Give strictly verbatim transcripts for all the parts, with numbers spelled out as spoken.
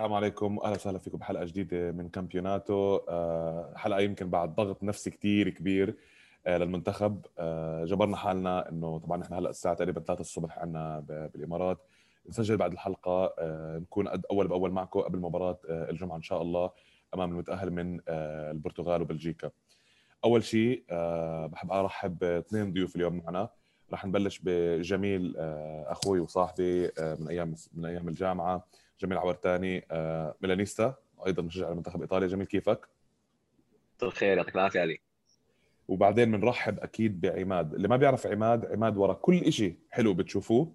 السلام عليكم، اهلا وسهلا فيكم بحلقه جديده من كامبيوناتو. آه، حلقه يمكن بعد ضغط نفسي كتير كبير آه، للمنتخب. آه، جبرنا حالنا انه طبعا احنا هلا الساعه تقريبا ثلاثة الصبح عندنا ب- بالامارات. نسجل بعد الحلقه، آه، نكون قد اول باول معكم قبل مباراه آه، الجمعه ان شاء الله امام المتاهل من آه، البرتغال وبلجيكا. اول شيء آه، بحب ارحب باثنين ضيوف اليوم معنا. راح نبلش بجميل، آه، اخوي وصاحبي آه، من ايام من ايام الجامعه. جميل عورتاني، آه، ميلانيستا، ايضا مشجع لمنتخب ايطاليا. جميل، كيفك؟ مساء الخير، يعطيك العافية علي. وبعدين بنرحب اكيد بعماد. اللي ما بيعرف عماد، عماد ورا كل إشي حلو بتشوفوه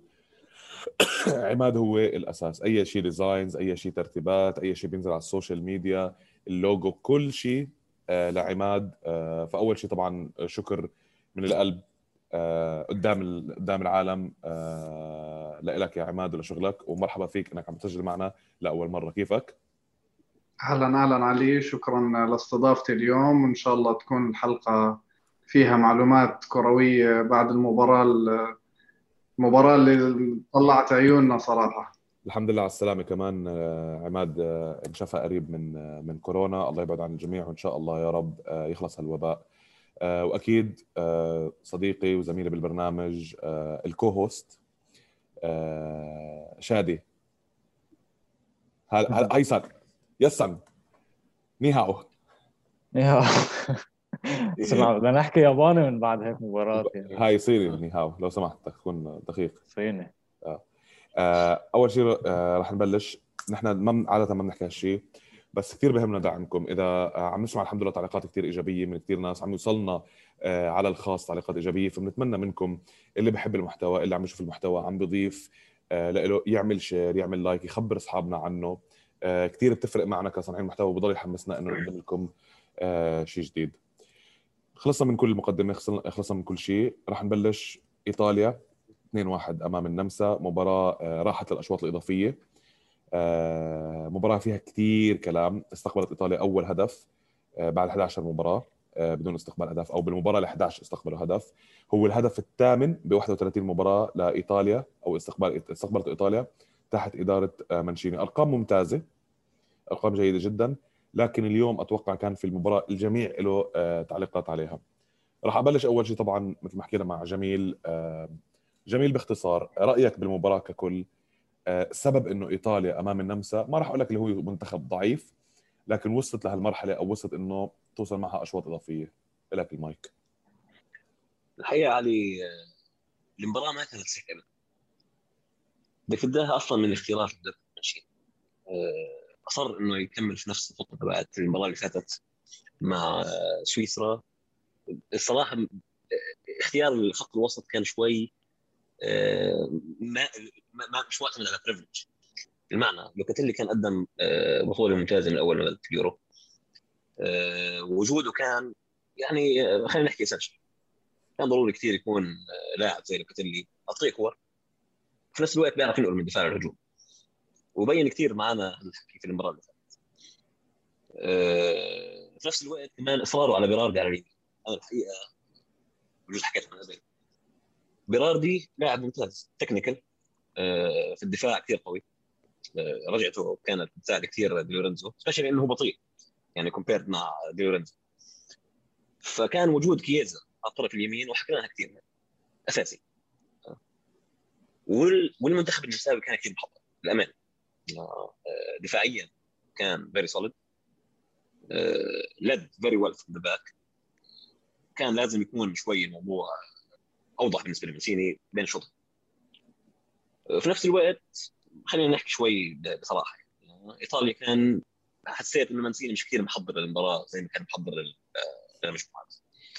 عماد هو الاساس. اي شيء ديزاينز، اي شيء ترتيبات، اي شيء بينزل على السوشيال ميديا، اللوجو، كل شيء آه، لعماد. آه، فاول شيء طبعا شكر من القلب آه، قدام ال- قدام العالم آه، لك يا عماد ولشغلك، ومرحبا فيك انك عم تسجل معنا لاول مره. كيفك؟ أهلا أهلا علي، شكرا لاستضافتي اليوم، وإن شاء الله تكون الحلقة فيها معلومات كروية بعد المباراة المباراة اللي طلعت عيوننا صراحة. الحمد لله على السلامة كمان آه، عماد. آه، انشفى قريب من آه، من كورونا، الله يبعد عن الجميع، وإن شاء الله يا رب آه، يخلص هالوباء. آه، وأكيد آه، صديقي وزميلي بالبرنامج، آه، الكو هوست، آه، شادي. هاي هاي سان، يسن، نيهاو. يا اسمع، بدنا نحكي ياباني من بعد هيك مباراة يعني. هاي صيني نيهاو لو سمحت، تكون دقيق. صيني. آه. آه، أول شيء آه، رح نبلش. نحن ما عادة ما بنحكي هالشيء، بس كثير بهمنا دعمكم. إذا آه، عم نسمع الحمد لله تعليقات كثير إيجابية من كثير ناس، عم يوصلنا آه، على الخاص تعليقات إيجابية، فبنتمنى منكم اللي بحب المحتوى، اللي عم يشوف المحتوى عم بضيف آه، لإله، يعمل شير، يعمل لايك، يخبر أصحابنا عنه. آه، كثير بتفرق معنا كصانعين محتوى، وبضل يحمسنا إنه نقدم لكم آه، شيء جديد. خلصنا من كل المقدمة، خلصنا خلصنا من كل شيء. رح نبلش. إيطاليا اثنين واحد أمام النمسا، مباراة آه، راحت للأشواط الإضافية. آه، مباراة فيها كتير كلام. استقبلت إيطاليا أول هدف آه، بعد إحدى عشرة مباراة آه، بدون استقبال هدف، أو بالمباراة ال إحدى عشر استقبلوا هدف. هو الهدف الثامن ب واحد وثلاثين مباراة لإيطاليا، أو استقبال استقبلت إيطاليا تحت إدارة آه، مانشيني. أرقام ممتازة، أرقام جيدة جدا. لكن اليوم أتوقع كان في المباراة الجميع له آه، تعليقات عليها. راح أبلش أول شيء طبعا مثل ما حكينا مع جميل. آه، جميل، باختصار رأيك بالمباراة ككل. آه، سبب انه ايطاليا امام النمسا، ما راح اقول لك اللي هو منتخب ضعيف، لكن وصلت لهالمرحله، او وصلت انه توصل معها اشواط اضافيه. لك المايك. الحقيقة علي، المباراة ما كانت سهلة. بفداها أصلا من اختيارات المدرب ماشي. أصر إنه يكمل في نفس الخطة تبعت المباراة اللي فاتت مع آه، سويسرا. الصراحة آه، اختيار الخط الوسط كان شوي آه، ما ما ما- مش معتمد على بريفليج. المعنى لوكاتيلي كان قدم آه، بطولة ممتازة من أول ما بدأ في اليورو. آه، وجوده كان يعني آه، خلينا نحكي اسينشال. كان ضروري كثير يكون آه، لاعب زي لوكاتيلي اعطيه كور، في نفس الوقت بيعرف ينقل من الدفاع للهجوم، وبين كثير معنا الحكي في المباراه اللي فاتت. آه، في نفس الوقت كمان اصراره على بيراردي على اليمين. انا الحقيقه بجوز حكيت عنها قبل. بيراردي لاعب ممتاز تكنيكال، آه، في الدفاع كثير قوي. آه، رجعته كانت بتساعد كثير دي لورينزو، سبيشلي انه هو بطيء يعني كومبيرد مع دي لورينزو. فكان وجود كييزا على الطرف اليمين، وحكيناها كثير، اساسي. وال- والمنتخب النمساوي كان كثير محضر للامانه. آه، دفاعيا كان فيري سوليد، لد فيري ويل في ذا باك. كان لازم يكون شوي الموضوع اوضح بالنسبه لمنسيني بين الشوط. في نفس الوقت خلينا نحكي شوي ب- بصراحه يعني. ايطاليا كان حسيت انه منسيني مش كثير محضر للمباراه زي ما كان محضر لل- آه، للمجموعات.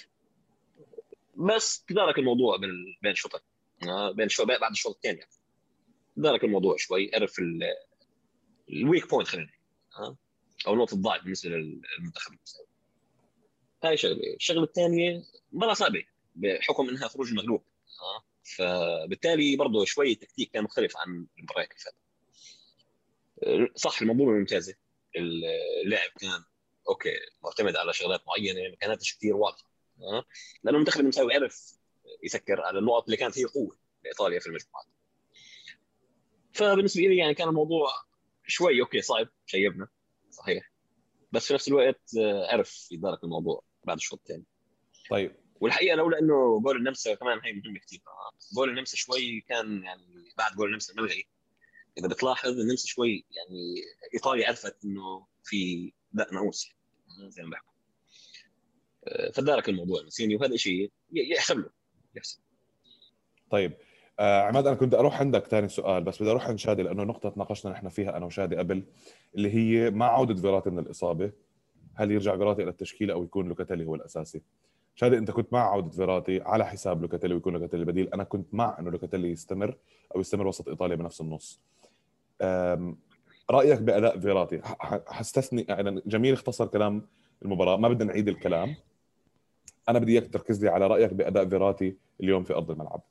بس تدارك الموضوع بال- بين الشوطين، آه، بين الشوط بعد الشوط الثاني يعني. تدارك الموضوع شوي، عرف الويك بوينت خلينا نحكي، آه، او نقطه ضعف بالنسبه للمنتخب المصري. هاي شغله. الشغله الثانيه مباراه صعبه بحكم انها خروج المغلوب. اه فبالتالي برضه شوي التكتيك كان مختلف عن المباريات اللي فاتت. صح، المنظومه ممتازه. اللاعب كان اوكي، معتمد على شغلات معينه ما كانتش كثير واضحه. اه لانه المنتخب النمساوي عرف يسكر على النقط اللي كانت هي قوه لايطاليا في المجموعات. فبالنسبه لي يعني كان الموضوع شوي اوكي صعب شيبنا صحيح، بس في نفس الوقت عرف يدارك الموضوع بعد الشوط الثاني. طيب والحقيقه لولا انه جول النمسا كمان هي مهم كثير. جول النمسا شوي كان يعني بعد جول النمسا الملغي، اذا بتلاحظ النمسا شوي يعني ايطاليا عرفت انه في داء ناموس زي ما بحكوا، فدارك الموضوع مانشيني، وهذا شيء يحسب له يحسب. طيب آه عماد، انا كنت اروح عندك ثاني سؤال، بس بدي اروح عند شادي لانه نقطه تناقشنا نحن فيها انا وشادي قبل، اللي هي مع عوده فيراتي من الاصابه هل يرجع فيراتي الى التشكيله او يكون لوكاتيلي هو الاساسي؟ شادي انت كنت مع عوده فيراتي على حساب لوكاتيلي ويكون لوكاتيلي البديل، انا كنت مع انه لوكاتيلي يستمر او يستمر وسط ايطاليا بنفس النص. رايك باداء فيراتي؟ حستثني يعني جميل اختصر كلام المباراه، ما بدنا نعيد الكلام، انا بدي اياك تركز لي على رايك باداء فيراتي اليوم في ارض الملعب.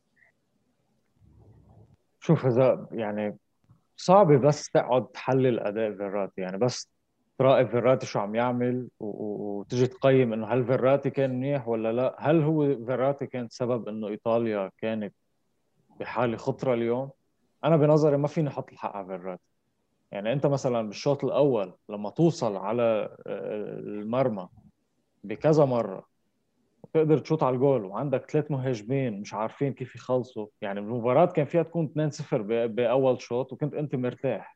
شوف اذا يعني صعب بس تقعد تحلل اداء فيراتي، يعني بس تراقب فيراتي شو عم يعمل و- و- وتجي تقيم انه هل فيراتي كان منيح ولا لا، هل هو فيراتي كان سبب انه ايطاليا كانت بحاله خطره اليوم. انا بنظري ما فيني احط الحق على فيراتي. يعني انت مثلا بالشوط الاول لما توصل على آه، المرمى بكذا مره وتقدر تشوط على الجول وعندك ثلاث مهاجمين مش عارفين كيف يخلصوا، يعني المباراة كان فيها تكون اثنين صفر ب- بأول شوط وكنت أنت مرتاح.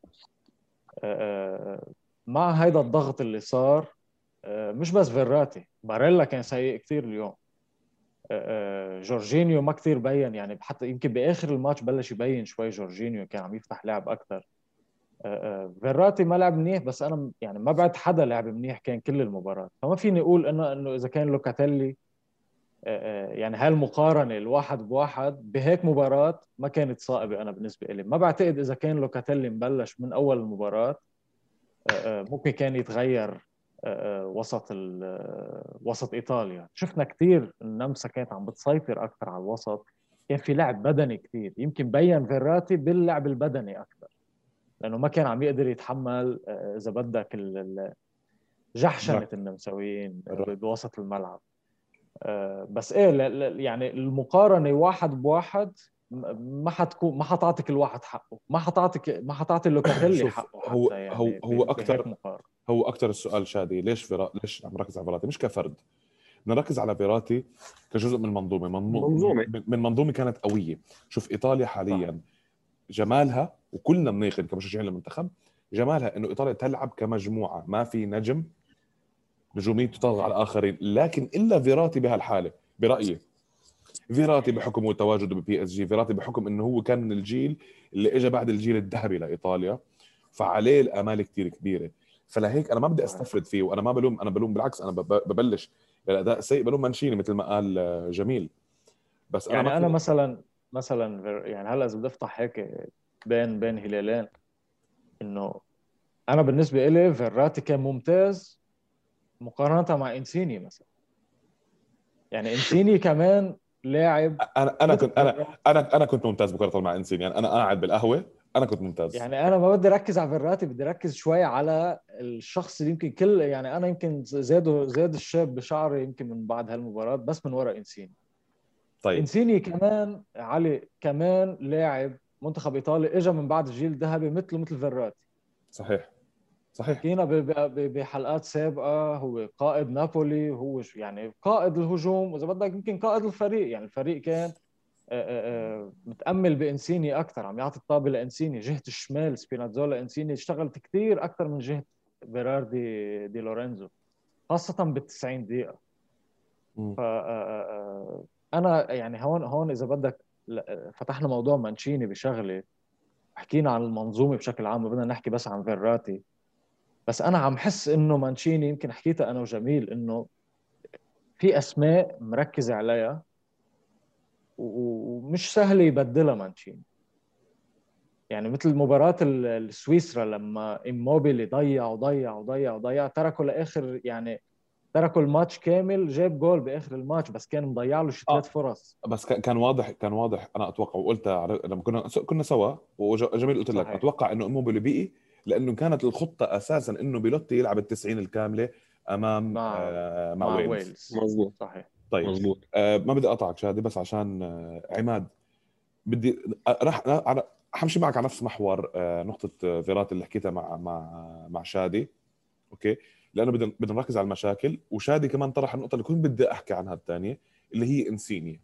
آه، مع هيدا الضغط اللي صار، آه، مش بس فيراتي، باريلا كان سيء كتير اليوم. آه، آه، جورجينيو ما كتير بين، يعني حتى يمكن بآخر الماتش بلش يبين شوي، جورجينيو كان عم يفتح لعب أكتر. آه، آه، فيراتي ما لعب منيح، بس أنا يعني ما بعد حدا لعب منيح كان كل المباراة، فما فيني أقول إنه إنه إذا كان لوكاتيلي يعني هالمقارنة الواحد بواحد بهيك مباراة ما كانت صائبة. أنا بالنسبة لي ما بعتقد إذا كان لوكاتيلي مبلش من أول المباراة ممكن كان يتغير وسط وسط إيطاليا. شفنا كتير النمسا كانت عم بتسيطر أكثر على الوسط، كان في لعب بدني كتير، يمكن بين فيراتي باللعب البدني أكثر لأنه ما كان عم يقدر يتحمل إذا بدك جحشنة النمساويين بوسط الملعب. بس ايه ل- ل- يعني المقارنه واحد بواحد ما حتكون، ما حتعطي كل واحد حقه، ما حتعطي ما حتعطي لوكاتيلي شوف حقه هو حتى هو يعني هو ب- بهيك اكثر مقارنه. هو اكثر السؤال شادي، ليش فيرا ليش عم نركز على فيراتي؟ مش كفرد، بدنا نركز على فيراتي كجزء من منظومه منظومه من منظومه كانت قويه. شوف ايطاليا حاليا صح. جمالها، وكلنا بنيقن كمشجعين للمنتخب جمالها انه ايطاليا تلعب كمجموعه، ما في نجم نجوميه تطغى على الاخرين، لكن الا فيراتي بهالحاله برايي. فيراتي بحكم تواجده ببي اس جي، فيراتي بحكم انه هو كان من الجيل اللي اجى بعد الجيل الذهبي لايطاليا، فعليه الامال كتير كبيره. فلهيك انا ما بدي استفرد فيه، وانا ما بلوم، انا بلوم بالعكس، انا ببلش الاداء سيء بلوم مانشيني مثل ما قال جميل. بس انا يعني ما انا في مثلا مثلا يعني هلا اذا بدي افتح هيك بين بين هلالين، انه انا بالنسبه لي فيراتي كان ممتاز مقارنه مع انسيني مثلا. يعني انسيني كمان لاعب انا انا مثل كنت انا انا انا كنت ممتاز بكره مع انسين، يعني انا قاعد بالقهوه انا كنت ممتاز. يعني انا ما بدي اركز على فيراتي، بدي اركز شوي على الشخص اللي يمكن كل، يعني انا يمكن زادوا زاد الشاب بشعري يمكن من بعد هالمباراه بس من وراء انسيني. طيب انسيني كمان علي كمان لاعب منتخب ايطاليا اجى من بعد الجيل الذهبي مثله مثل فيراتي. صحيح صحيح حكينا ب- ب- بحلقات سابقه هو قائد نابولي، هو يعني قائد الهجوم واذا بدك يمكن قائد الفريق. يعني الفريق كان آه، آه، آه، متأمل بإنسيني أكثر، عم يعطي الطابة لإنسيني جهة الشمال. سبيناتزولا إنسيني اشتغلت كثير أكثر من جهة بيراردي دي لورينزو خاصة بالتسعين دقيقة. ف أنا يعني هون هون إذا بدك فتحنا موضوع مانشيني بشغلة، حكينا عن المنظومة بشكل عام، بدنا نحكي بس عن فيراتي. بس أنا عم حس إنه مانشيني يمكن حكيتها أنا وجميل، إنه في أسماء مركزة عليها ومش سهل يبدلها مانشيني. يعني مثل مباراة السويسرا لما إيموبيلي ضيع وضيع وضيع وضيع، تركوا لآخر، يعني تركوا الماتش كامل، جاب جول بآخر الماتش بس كان مضيع له شي ثلاث اه فرص. بس كان واضح كان واضح انا اتوقع، وقلت لما كنا كنا سوا وجميل قلت لك صحيح اتوقع انه موبيلي بقي لانه كانت الخطه اساسا انه بيلوتي يلعب التسعين الكامله امام مع آه مع مع ويلز. ويلز. مظبوط صحيح. طيب مظبوط. آه ما بدي اقطعك شادي، بس عشان آه عماد بدي راح على حمشي معك على نفس محور آه، نقطة فيراتي اللي حكيتها مع مع مع شادي، اوكي، لانه بدنا بدنا نركز على المشاكل. وشادي كمان طرح النقطة اللي كنت بدي احكي عنها الثانية، اللي هي انسيني.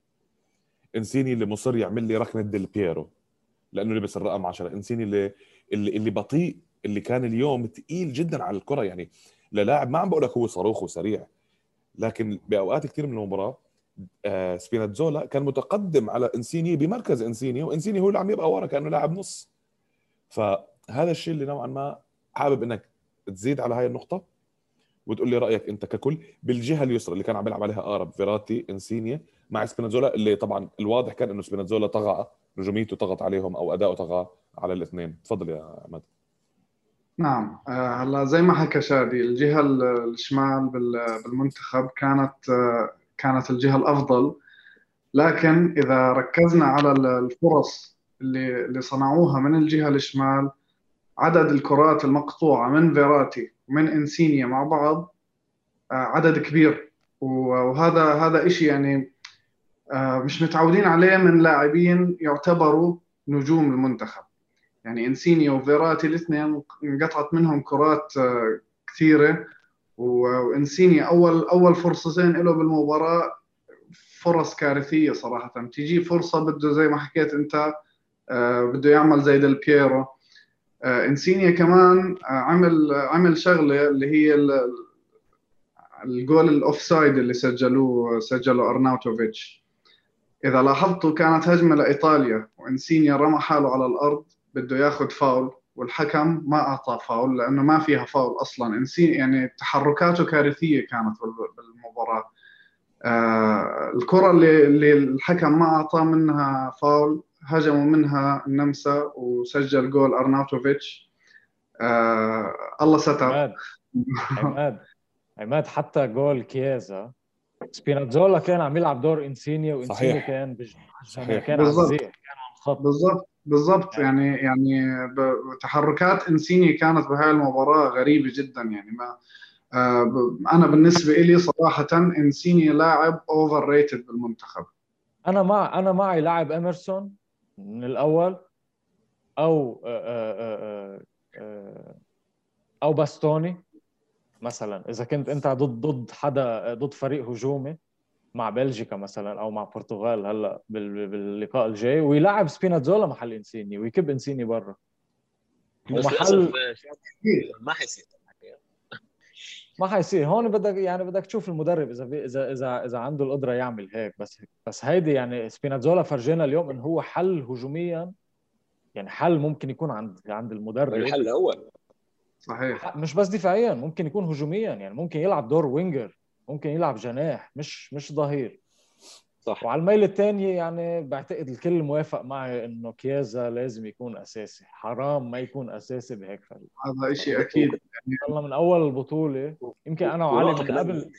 انسيني اللي مصر يعمل لي ركنة ديل بييرو لانه لبس الرقم عشرة. انسيني اللي اللي, اللي بطيء، اللي كان اليوم ثقيل جدا على الكرة. يعني للاعب ما عم بقول لك هو صاروخ وسريع، لكن باوقات كثير من المباراة آه سبيناتزولا كان متقدم على انسيني بمركز انسيني، وانسيني هو اللي عم يبقى ورا كانه لاعب نص. فهذا الشيء اللي نوعا ما حابب انك تزيد على هاي النقطه وتقول لي رايك انت ككل بالجهه اليسرى اللي كان عم يلعب عليها اقرب فيراتي انسيني مع سبيناتزولا، اللي طبعا الواضح كان انه سبيناتزولا طغى، نجوميته طغت عليهم او اداؤه طغى على الاثنين. تفضل يا عماد. نعم. آه، هلا زي ما حكى شادي، الجهة ال- الشمال بال- بالمنتخب كانت آه، كانت الجهة الأفضل. لكن إذا ركزنا على ال- الفرص اللي اللي صنعوها من الجهة الشمال، عدد الكرات المقطوعة من فيراتي ومن إنسينيا مع بعض آه، عدد كبير. وهذا هذا إشي يعني آه، مش متعودين عليه من لاعبين يعتبروا نجوم المنتخب. يعني إنسينيا وفيراتي الاثنين انقطعت منهم كرات آه، كثيرة. وإنسينيا أول أول فرصتين له بالمباراة فرص كارثية صراحة. تيجي فرصة بده زي ما حكيت أنت آه، بده يعمل زي ديل بييرو. آه، إنسينيا كمان آه، عمل عمل شغلة اللي هي ال- الجول الأوفسايد اللي سجلوه سجله أرناوتوفيتش. إذا لاحظتوا كانت هجمة لإيطاليا وإنسينيا رمى حاله على الأرض بده ياخذ فاول، والحكم ما أعطى فاول لأنه ما فيها فاول أصلا. إنسينيا يعني تحركاته كارثية كانت بالمباراة. آه الكرة اللي, اللي الحكم ما أعطى منها فاول هجموا منها النمسا وسجل جول أرناوتوفيتش. آه الله ستر. عماد عماد عماد حتى جول كيازا سبيناتزولا كان عم يلعب دور انسينيا، وانسينيا صحيح. كان بج... صحيح. كان على بالضبط الزيح، كان على الخط بالضبط بالضبط يعني. يعني يعني ب- تحركات انسيني كانت بهاي المباراة غريبة جدا. يعني ما آه ب- انا بالنسبة لي صراحة انسيني لاعب اوفر ريتد بالمنتخب. انا مع انا معي لاعب اميرسون من الاول، او آه، آه، آه، آه، او باستوني مثلا. اذا كنت انت ضد ضد حدا ضد فريق هجومي مع بلجيكا مثلا او مع البرتغال هلا بال- باللقاء الجاي، ويلعب سبيناتزولا محل انسيني ويكب انسيني برا بس ومحل. للاسف آه، ما حيصير. ما حيصير هون. بدك يعني بدك تشوف المدرب اذا بي اذا اذا اذا عنده القدره يعمل هيك. بس بس هيدي يعني سبيناتزولا فرجينا اليوم انه هو حل هجوميا، يعني حل ممكن يكون عند عند المدرب. الحل الاول صحيح. مش بس دفاعيا، ممكن يكون هجوميا، يعني ممكن يلعب دور وينجر، ممكن يلعب جناح مش مش ظهير. صح. وعلى الميل الثاني يعني بعتقد الكل موافق معي انه كيازا لازم يكون اساسي. حرام ما يكون اساسي بهيك فريق. هذا شيء اكيد. والله من اول البطوله يمكن انا وعلي ونقطة من كمان قبل.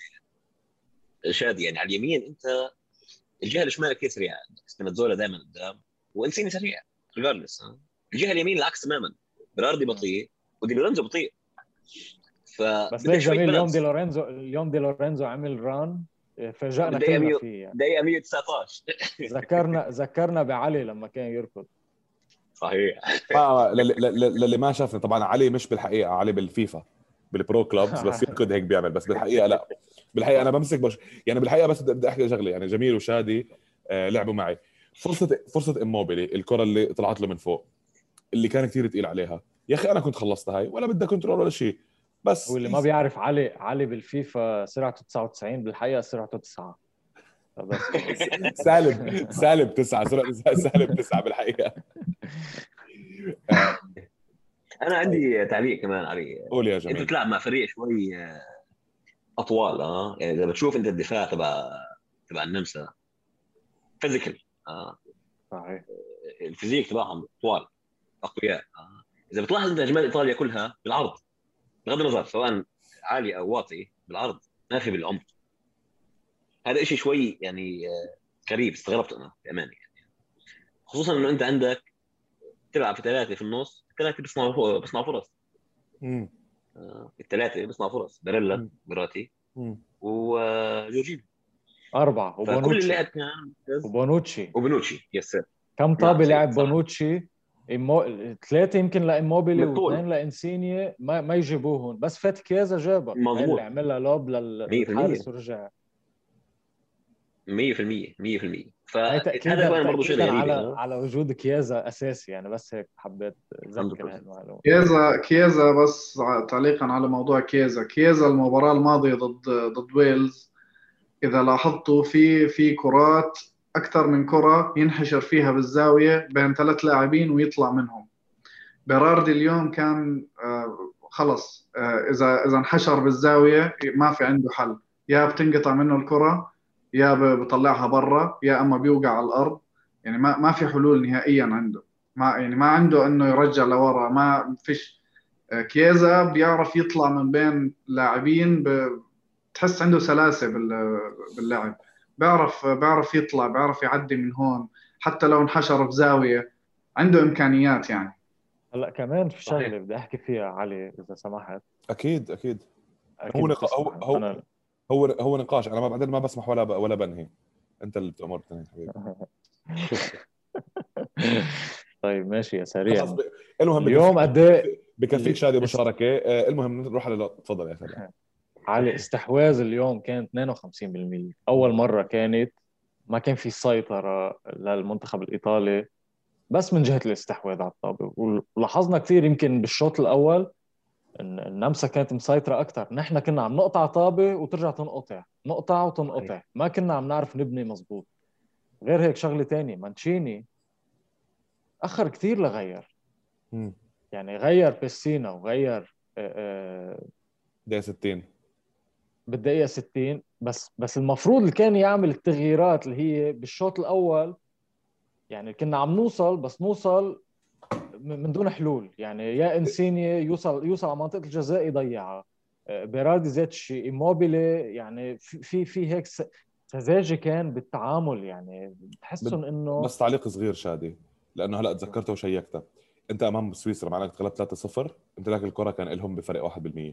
شادي، يعني على اليمين انت الجهه الشمال كثير سريعه، سبيناتزولا دائما قدام وانسيني سريع ريجاردلس. الجهه اليمين العكس تماما، براردي بطيء ودي لورينزو بطيء، بس فبدك ليك شويه جميل اليوم دي بالانس. لورينزو، اليوم دي لورينزو عمل ران فاجأنا بالدقيقه كلنا مية فيه يعني. دقيقه مية وتسعطعش. ذكرنا ذكرنا بعلي لما كان يركض. صحيح. آه للي, للي للي ما شافني، طبعا علي مش بالحقيقه، علي بالفيفا بالبرو كلوبز بس يركض هيك بيعمل، بس بالحقيقه لا. بالحقيقه انا بمسك بش يعني بالحقيقه بس بدي احكي شغله. يعني جميل وشادي آه لعبوا معي فرصه فرصه اموبيلي، الكره اللي طلعت له من فوق اللي كان كثير تقيل عليها. يا اخي انا كنت خلصتها هاي ولا بدها كنترول ولا شيء. هو بس اللي ما بيعرف علي، علي بالفيفا سرعته تسعة وتسعين، بالحقيقه سرعته تسعة. بس سالب سالب تسعة سرعة سالب تسعة بالحقيقه. آه انا عندي تعليق كمان علي. قول يا انت جميل. بتلعب مع فريق شوي آه، اطوال، اه يعني اذا بتشوف انت الدفاع تبع تبع النمسا فيزيكال، اه صحيح. الفيزيك تبعهم طوال اقوياء. آه. اذا بتلاحظ انت هجمات ايطاليا كلها بالعرض، بغض النظر سواء عالي او واطي، بالعرض ما في بالعمق. هذا شيء شوي يعني آه، غريب، استغربت انا بامانه يعني. خصوصا انه انت عندك تلعب في ثلاثه في النص، الثلاثه بيصنعوا بيصنعوا فرص. مم. آه، الثلاثه بيصنعوا فرص، باريلا مم. براتي مم. وجورجينيو. أربعة فكل وبونوتشي اللعب كان مركز. وبونوتشي وبنوتشي يس سير. كم نعم طابة سير لعب صح. بونوتشي إيمو... ثلاثة يمكن لإيموبيلي بالطول. واثنين لإنسينية ما ما يجيبوهن، بس فات كيازا جابها، هاي مظبوط. اللي عملها لوب لل- مية في المية. للحارس ورجع. مية في المية مية في المية. هاي فهذا تأكيدا كمان برضه شيء تأكيدا غريبة. على ها على وجود كيازا أساسي يعني، بس هيك حبيت الحمد أذكر لله. هاي المعلومة. كيزا كيزا بس ع- تعليقا على موضوع كيزا كيزا المباراة الماضية ضد ضد ويلز، إذا لاحظتوا في في كرات أكثر من كرة ينحشر فيها بالزاوية بين ثلاث لاعبين ويطلع منهم. بيراردي اليوم كان آه، خلص، آه، إذا إذا انحشر بالزاوية ما في عنده حل، يا بتنقطع منه الكرة، يا ب- بطلعها برا، يا أما بيوقع على الأرض. يعني ما ما في حلول نهائيا عنده، ما يعني ما عنده إنه يرجع لورا، ما فيش. آه، كيزا بيعرف يطلع من بين لاعبين، ب- تحس عنده سلاسة بال- باللعب، بيعرف بيعرف يطلع، بيعرف يعدي من هون، حتى لو انحشر بزاوية عنده إمكانيات يعني. هلا كمان في صحيح. شغلة بدي أحكي فيها علي إذا سمحت. اكيد اكيد. أكيد هو نقا... بتسمح. هو هو أنا هو هو نقاش. انا ما بعدين ما بسمح ولا ب... ولا بنهي. انت اللي بتأمرني حبيبي. طيب ماشي يا خلاص سريع. ب... المهم اليوم بكفيك قد ايه بكفيك اللي شادي است... مشاركه. آه، المهم نروح على تفضل يا سلام. على استحواذ اليوم كان اثنين وخمسين بالمية. اول مره كانت ما كان في سيطره للمنتخب الايطالي بس من جهه الاستحواذ على الطابه، ولاحظنا كثير يمكن بالشوط الاول ان النمسا كانت مسيطره اكثر. نحن كنا عم نقطع طابه وترجع تنقطع، نقطع وتنقطع، ما كنا عم نعرف نبني مزبوط. غير هيك شغله تانية، مانشيني اخر كثير لغير، مم. يعني غير بيسينا وغير آه، آه، دقيقه ستين. بالدقيقة ستين. بس بس المفروض اللي كان يعمل التغييرات اللي هي بالشوط الأول، يعني كنا عم نوصل بس نوصل م- من دون حلول. يعني يا انسيني يوصل يوصل على منطقة الجزاء يضيعها، آه، بيراردي زيتشي، ايموبيلي، يعني في في في هيك س- سذاجة كان بالتعامل، يعني بتحسهم بد... انه بس تعليق صغير شادي، لانه هلا تذكرته وشيكته. انت امام سويسرا معناك تغلبت ثلاثة صفر، انت لك الكره كان لهم بفرق واحد بالمية.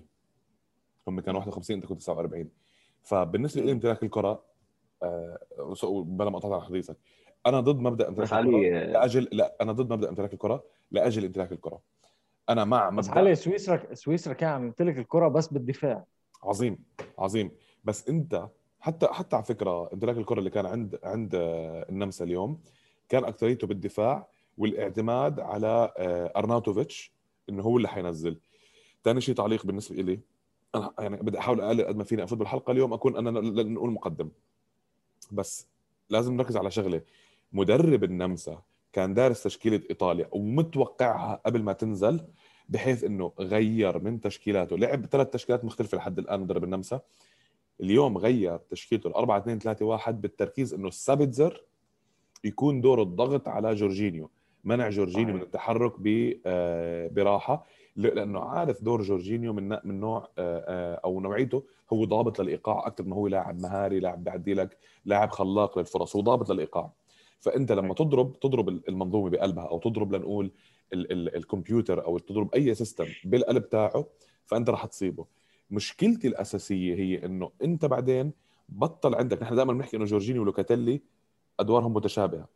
هم كانوا واحد وخمسين، انت كنت تسعة وأربعين. فبالنسبه لي امتلاك الكره، آه، بلا ما اقطع على حديثك، انا ضد مبدا امتلاك بس الكره علي لاجل لا انا ضد مبدا امتلاك الكره لاجل امتلاك الكره. انا مع بس مبدا علي سويسرا سويسرا كان عم يمتلك الكرة بس بالدفاع. عظيم عظيم. بس انت حتى حتى على فكره امتلاك الكره اللي كان عند عند آه، النمسا اليوم كان اكثريته بالدفاع والاعتماد على آه، ارناوتوفيتش انه هو اللي حينزل. ثاني شيء تعليق بالنسبه لي، انا يعني بدي احاول اقلل قد ما فيني افوت بالحلقه اليوم اكون انا ل- نقول مقدم، بس لازم نركز على شغله. مدرب النمسا كان دارس تشكيله ايطاليا ومتوقعها قبل ما تنزل، بحيث انه غير من تشكيلاته. لعب ثلاث تشكيلات مختلفه لحد الان مدرب النمسا. اليوم غير تشكيلته ال أربعة اثنين ثلاثة واحد بالتركيز انه السابتزر يكون دور الضغط على جورجينيو، منع جورجينيو من صحيح. التحرك ب- آه، براحه، لانه عارف دور جورجينيو من من نوع آه، آه، او نوعيته. هو ضابط للايقاع اكثر ما هو لاعب مهاري، لاعب بيعدي لك، لاعب خلاق للفرص، هو ضابط للايقاع. فانت لما صحيح. تضرب تضرب المنظومه بقلبها، او تضرب لنقول ال ال الكمبيوتر، او تضرب اي سيستم بالقلب تاعه، فانت راح تصيبه. مشكلتي الاساسيه هي انه انت بعدين بطل عندك. نحن دائما بنحكي انه جورجينيو ولوكاتيلي ادوارهم متشابهه.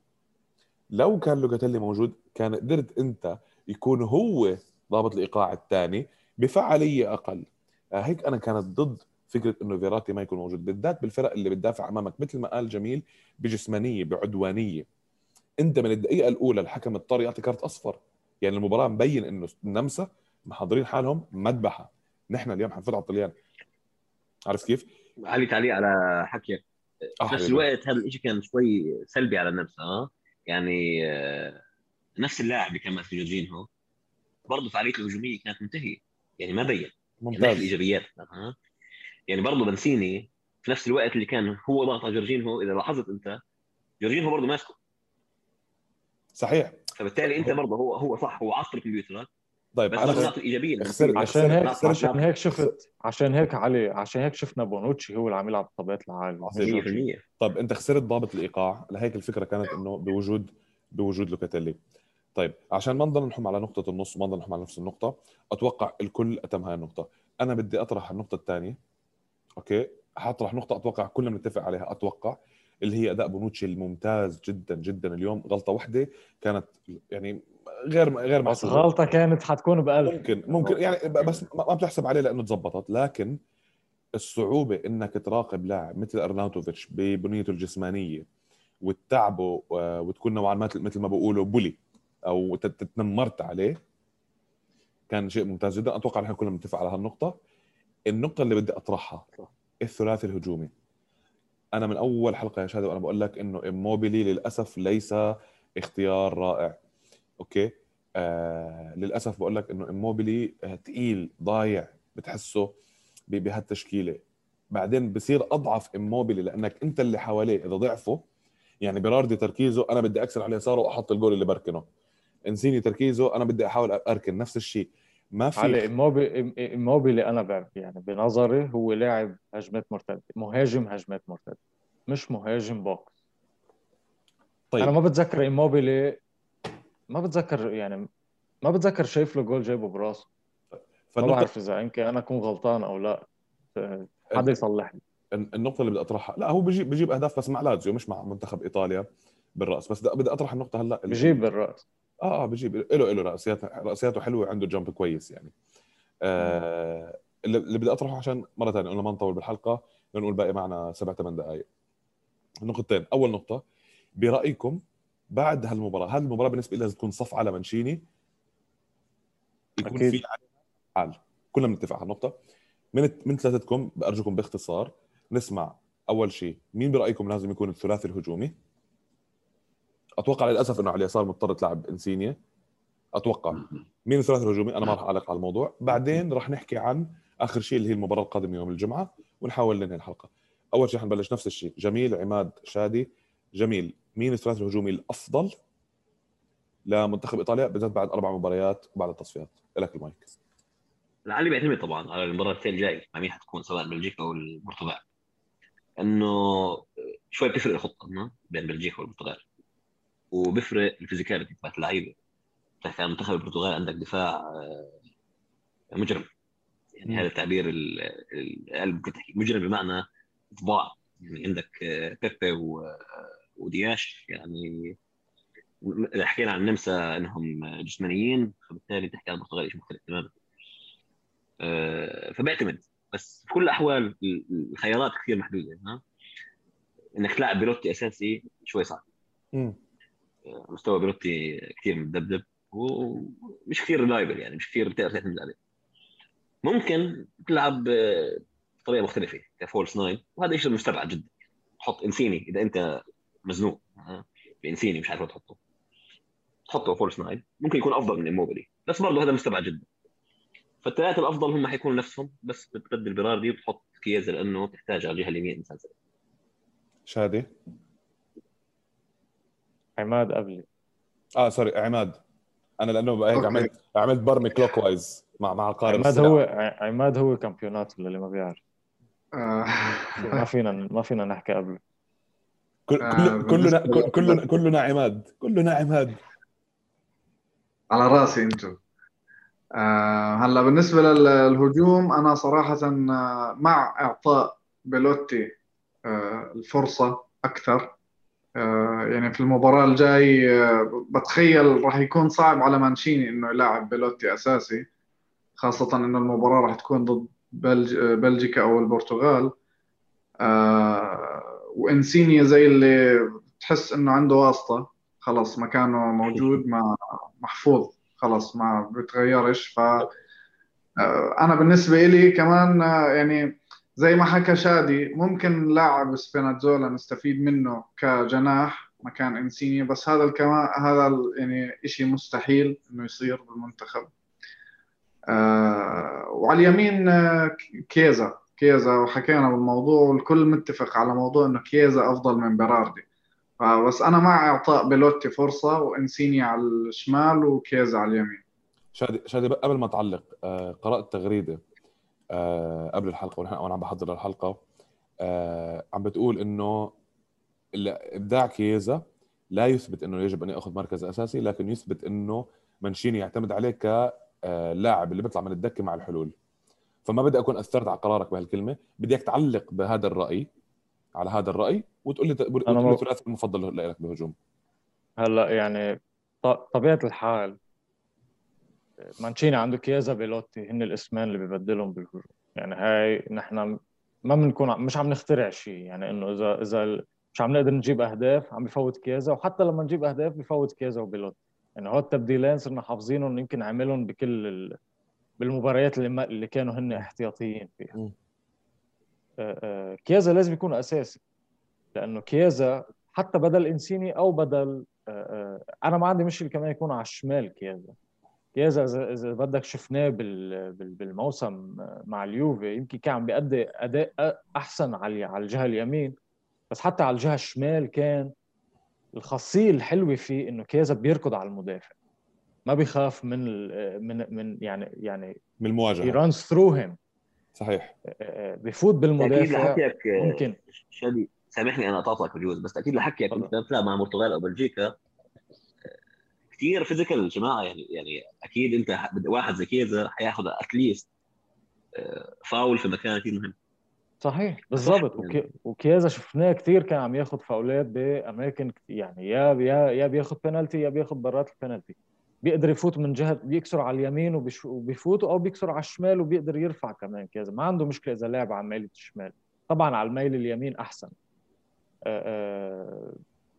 لو كان لوكاتيلي موجود كان قدرت انت يكون هو ضابط الايقاع الثاني بفعاليه اقل. آه، هيك انا كانت ضد فكره انه فيراتي ما يكون موجود، بالذات بالفرق اللي بتدافع امامك مثل ما قال جميل، بجسمانيه بعدوانيه. انت من الدقيقه الاولى الحكم اضطر يعطي كارت اصفر. يعني المباراه مبين انه النمسا محضرين حالهم مذبحه. نحن اليوم حنفوت على الطليان، عارف كيف؟ علي تعليق على حكيك. اه في نفس حبيبي. الوقت هذا الشيء كان شوي سلبي على النمسا. اه يعني آه، نفس اللاعب اللي كان ماسك جورجينهو برضه فعاليته الهجوميه كانت منتهيه، يعني ما بين. يعني نحكي ممتاز. الايجابيات. اه يعني برضه بنسيني في نفس الوقت اللي كان هو ضاغط على جورجينهو، اذا لاحظت انت جورجينهو برضه ماسكه. صحيح. فبالتالي انت برضه هو هو صح، هو عصر الكمبيوترات، طيب بس انا برضه خس... نعطي الايجابيه لما خسرت تيجي عشان خسرت هيك نعطي خسرت عشان هيك خسرت شفت عشان هيك علي عشان هيك شفنا بونوتشي هو اللي عم يلعب بطبيعة العالي مش عظيم. جورجينيو. مية في المية. طيب انت خسرت ضابط الايقاع، لهيك الفكره كانت انه بوجود بوجود لوكاتيلي. طيب عشان ما نضل نحكم على نقطه النص وما نضل نحكم على نفس النقطه، اتوقع الكل اتم هاي النقطه. انا بدي اطرح النقطه الثانيه. اوكي، حاطرح نقطه اتوقع كلنا بنتفق عليها، اتوقع اللي هي اداء بونوتشي الممتاز جدا جدا اليوم. غلطه واحده كانت يعني غير غير بس محسوبه. غلطه كانت حتكون بألف. ممكن ممكن يعني بس ما بتحسب عليه لانه تزبطت. لكن الصعوبه انك تراقب لاعب مثل ارناوتوفيتش ببنيته الجسمانيه وتتعبه وتكون نوعا ما مثل ما بقولوا بولي او تتنمرت عليه، كان شيء ممتاز جدا. اتوقع نحن كلنا بنتفق على هالنقطه. النقطه اللي بدي اطرحها الثلاثي الهجومي. انا من اول حلقه يا شادي وانا بقول لك انه إيموبيلي للاسف ليس اختيار رائع. اوكي آه للاسف بقول لك انه إيموبيلي ثقيل ضايع، بتحسه بهالتشكيله. بعدين بصير اضعف إيموبيلي لانك انت اللي حواليه اذا ضعفوا. يعني بيراردي تركيزه انا بدي اكسر على يساره واحط الجول اللي بركنه. انسيني تركيزه انا بدي احاول اركن. نفس الشيء ما في علي إيموبيلي إيموبيلي انا بعرف يعني بنظري هو لاعب هجمات مرتده، مهاجم هجمات مرتده، مش مهاجم بوكس. طيب انا ما بتذكر إيموبيلي، ما بتذكر يعني ما بتذكر شايف له جول جايبه براسه. ما فالنقطه بعرف اذا يمكن انا اكون غلطان او لا، حدا يصلح لي. النقطه اللي بدي اطرحها، لا هو بيجيب بيجيب اهداف بس مع لازيو مش مع منتخب ايطاليا بالراس. بس بدي اطرح النقطه هلا ال... بجيب بالراس. اه اه بيجيب له له راسيات راسياته حلوه، عنده جامب كويس يعني. آه اللي, اللي بدي اطرحه عشان مره ثانيه قلنا ما نطول بالحلقه لنقول باقي معنا سبع ثمان دقائق. نقطتين. اول نقطه، برايكم بعد هالمباراه، هذه المباراه بالنسبه لي لازم تكون صف على مانشيني، يكون أكيد. في حال. كلنا بنتفق على النقطه. من من ثلاثتكم بارجوكم باختصار نسمع اول شيء مين برايكم لازم يكون الثلاثي الهجومي. اتوقع للاسف انه على اليسار مضطر تلعب انسينيا. اتوقع مين الثلاثي الهجومي. انا ما راح اعلق على الموضوع. بعدين راح نحكي عن اخر شيء اللي هي المباراه القادمه يوم الجمعه ونحاول ننهي الحلقه. اول شيء حنبلش نفس الشيء، جميل عماد شادي. جميل، مين الثلاثي الهجومي الافضل لمنتخب ايطاليا بالذات بعد اربع مباريات وبعد التصفيات؟ لك المايك. لعلي بيعتمد طبعا على المباراه الجاي مع مين حتكون، سواء بلجيكا او البرتغال. انه شوي بتفرق الخطه بين بلجيكا والبرتغال، وبيفرق الفيزيكاليتي تبعت اللعيبه. بتحكي عن منتخب البرتغال عندك دفاع مجرم، يعني هذا التعبير اللي ممكن تحكي مجرم بمعنى طباع. يعني عندك بيبي ودياش، يعني اذا حكينا عن النمسا انهم جسمانيين فبالتالي تحكي عن البرتغال شيء مختلف تماما. فبيعتمد، بس في كل الاحوال الخيارات كثير محدوده. ها انك تلعب بيروتي اساسي شوي صعب. مستوى بيروتي كثير مدبدب ومش كثير ريلايبل، يعني مش كثير بتقدر تعتمد عليه. ممكن تلعب بطريقه مختلفه كفولس ناين، وهذا شيء مستبعد جدا. تحط انسيني اذا انت مزنوق بانسيني مش عارف تحطه، تحطه فولس ناين ممكن يكون افضل من إيموبيلي، بس برضه هذا مستبعد جدا. فالثلاثه الافضل هم حيكونوا نفسهم، بس بتبدل بيراردي وبتحط كييزا لانه تحتاج على الجهه اليمين مسلسل. شادي. عماد قبلي. اه سوري عماد. انا لانه هيك عملت عملت برمي كلوك وايز مع مع القارب. عماد هو عماد هو كامبيونات اللي ما بيعرف. آه. ما فينا ما فينا نحكي قبله. كل آه، كلنا بالنسبة كلنا كلنا عماد كلنا عماد على راسي انتم. آه هلا بالنسبة للهجوم أنا صراحة آه، مع إعطاء بيلوتي آه الفرصة أكثر. آه يعني في المباراة الجاي آه بتخيل راح يكون صعب على مانشيني إنه يلعب بيلوتي أساسي، خاصة إنه المباراة راح تكون ضد بلج بلجيكا أو البرتغال. آه وإنسينيا زي اللي تحس إنه عنده واسطة، خلص مكانه موجود مع محفوظ، خلص ما بتغيرش. ف انا بالنسبه لي كمان يعني زي ما حكى شادي ممكن لاعب سبيناتزولا نستفيد منه كجناح مكان انسيني، بس هذا الكمان هذا يعني شيء مستحيل انه يصير بالمنتخب. آه وعلى اليمين كيزا كيزا وحكينا بالموضوع والكل متفق على موضوع انه كيزا افضل من بيراردي. بس انا مع اعطاء بيلوتي فرصه وانسيني على الشمال وكيزا على اليمين. شادي شادي قبل ما تعلق، آه قرأت تغريدة آه قبل الحلقة وأنا عم بحضر الحلقة، آه عم بتقول إنه إبداع كييزا لا يثبت إنه يجب أن يأخذ مركز أساسي، لكن يثبت إنه مانشيني يعتمد عليه كلاعب اللي بيطلع من الدكة مع الحلول. فما بدي أكون أثرت على قرارك بهالكلمة، بدي إياك تعلق بهذا الرأي على هذا الرأي وتقول لي وتقول لي الثلاثي المفضل لك بهجوم. هلا يعني طبيعة الحال مانشيني عنده كيازا بيلوتي، هن الاسمان اللي ببدلهم بالهجوم. يعني هاي نحن ما بنكون مش عم نخترع شيء، يعني انه اذا اذا مش عم نقدر نجيب اهداف عم بفوت كيازا، وحتى لما نجيب اهداف بفوت كيازا وبيلوتي. يعني هو التبديلين صرنا حافظينهم، يمكن عملهم بكل ال... بالمباريات اللي, ما... اللي كانوا هن احتياطيين فيها. مم. آه، آه، كيازا لازم يكون اساسي، لانه كيازا حتى بدل انسيني او بدل آه، آه، انا ما عندي مشكله كمان يكون على الشمال كيازا. كيازا اذا إذا بدك شفناه بال- بال- بالموسم مع اليوفي، يمكن كان عم بيأدي اداء احسن على على الجهه اليمين، بس حتى على الجهه الشمال كان الخاصيه الحلوه فيه انه كيازا بيركض على المدافع، ما بيخاف من ال- من من يعني يعني من he المواجهه. runs through him. صحيح. بيفوت تاكيد بالمدافع. لحكيك آه، ممكن شادي، سامحني انا قطعتك بجوز، بس تاكيد لحكيك انت تفضل. بتلعب مع البرتغال او بلجيكا كثير فيزيكال الجماعه، يعني يعني اكيد انت ح- واحد زي كيزا حياخذ اتليست فاول في مكان كثير مهم. صحيح صح بالضبط. يعني. وكي... وكيازا شفناه كثير كان عم ياخذ فاولات باماكن كتير، يعني يا يا يا بياخذ بينالتي يا بياخذ برات البينالتي. بيقدر يفوت من جهه، بيكسر على اليمين وبيش... وبيفوت، او بيكسر على الشمال وبيقدر يرفع كمان. كيازا ما عنده مشكله اذا لعب على ميل الشمال، طبعا على الميل اليمين احسن. آه، آه،